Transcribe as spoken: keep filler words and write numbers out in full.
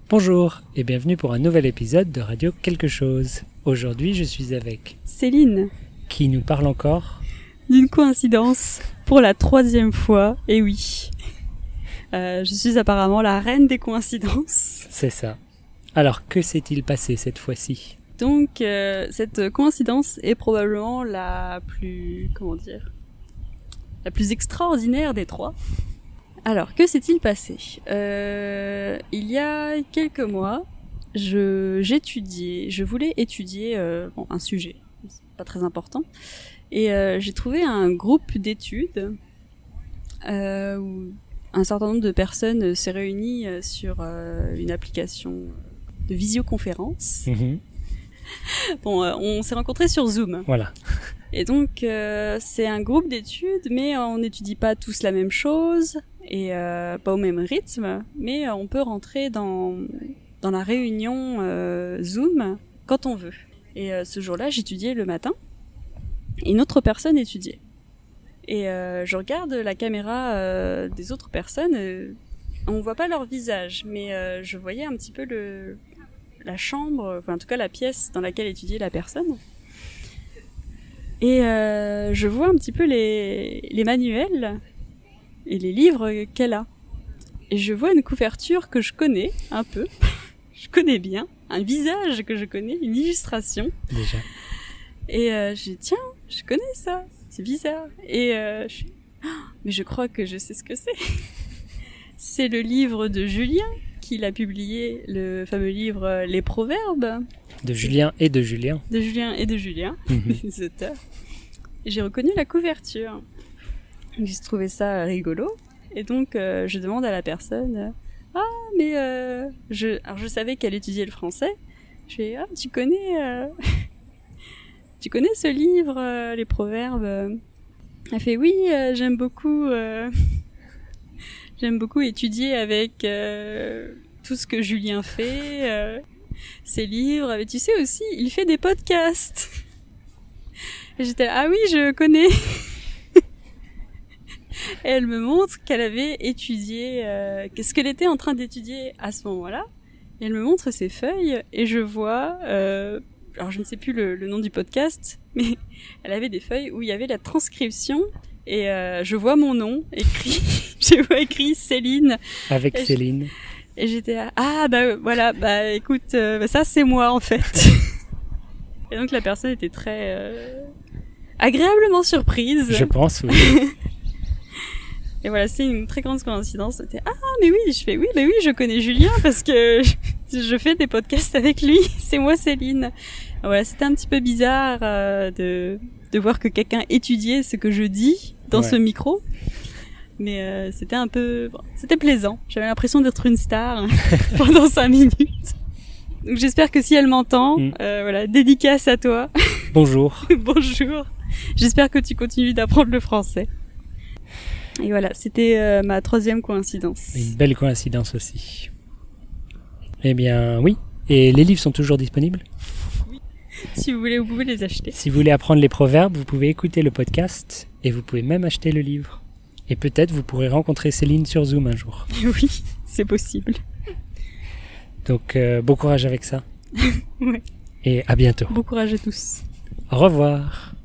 Bonjour et bienvenue pour un nouvel épisode de Radio Quelque chose. Aujourd'hui, je suis avec Céline, qui nous parle encore d'une coïncidence pour la troisième fois, et oui. Euh, je suis apparemment la reine des coïncidences. C'est ça. Alors, que s'est-il passé cette fois-ci ? Donc, euh, cette coïncidence est probablement la plus, comment dire, la plus extraordinaire des trois. Alors, que s'est-il passé ? euh, Il y a quelques mois, je, j'étudiais, je voulais étudier euh, bon, un sujet, c'est pas très important, et euh, j'ai trouvé un groupe d'études euh, où un certain nombre de personnes s'est réunies sur euh, une application de visioconférence. Mmh. Bon, euh, on s'est rencontrés sur Zoom. Voilà. Et donc, euh, c'est un groupe d'études, mais on n'étudie pas tous la même chose, et euh, pas au même rythme, mais on peut rentrer dans, dans la réunion euh, Zoom quand on veut. Et euh, ce jour-là, j'étudiais le matin, et une autre personne étudiait. Et euh, je regarde la caméra euh, des autres personnes, euh, on voit pas leur visage, mais euh, je voyais un petit peu le, la chambre, enfin en tout cas la pièce dans laquelle étudiait la personne. Et euh, je vois un petit peu les, les manuels et les livres qu'elle a. Et je vois une couverture que je connais un peu, je connais bien, un visage que je connais, une illustration. Déjà. Et euh, je dis tiens, je connais ça, c'est bizarre. Et euh, je suis, oh, mais je crois que je sais ce que c'est. C'est le livre de Julien qu'il a publié, le fameux livre Les Proverbes. De Julien et de Julien. De Julien et de Julien, Mmh. les auteurs. Et j'ai reconnu la couverture. J'ai trouvé ça rigolo. Et donc, euh, je demande à la personne, euh, ah, mais euh, je, alors je savais qu'elle étudiait le français. Je fais, ah, tu connais, euh... tu connais ce livre, euh, Les Proverbes ? Elle fait, oui, euh, j'aime beaucoup, euh... j'aime beaucoup étudier avec euh, tout ce que Julien fait. Euh... ses livres, mais tu sais aussi, il fait des podcasts. Et j'étais là, ah oui, je connais. Et elle me montre qu'elle avait étudié, euh, qu'est-ce qu'elle était en train d'étudier à ce moment-là. Et elle me montre ses feuilles, et je vois, euh, alors je ne sais plus le, le nom du podcast, mais elle avait des feuilles où il y avait la transcription, et euh, je vois mon nom écrit, je vois écrit Céline. Avec et Céline. Je... Et j'étais là, ah bah voilà, bah écoute, euh, bah, ça c'est moi en fait. Et donc la personne était très euh, agréablement surprise. Je pense, oui. Et voilà, c'est une très grande coïncidence. C'était, ah mais oui, je fais oui, bah oui, je connais Julien parce que je, je fais des podcasts avec lui. C'est moi Céline. Voilà, c'était un petit peu bizarre euh, de de voir que quelqu'un étudiait ce que je dis dans ouais. ce micro. Mais euh, c'était un peu... Bon, c'était plaisant. J'avais l'impression d'être une star pendant cinq minutes. Donc j'espère que si elle m'entend, mm. euh, voilà, dédicace à toi. Bonjour. Bonjour. J'espère que tu continues d'apprendre le français. Et voilà, c'était euh, ma troisième coïncidence. Une belle coïncidence aussi. Eh bien, oui. Et les livres sont toujours disponibles ? Oui. Si vous voulez, vous pouvez les acheter. Si vous voulez apprendre les proverbes, vous pouvez écouter le podcast et vous pouvez même acheter le livre. Et peut-être vous pourrez rencontrer Céline sur Zoom un jour. Oui, c'est possible. Donc, euh, bon courage avec ça. Ouais. Et à bientôt. Bon courage à tous. Au revoir.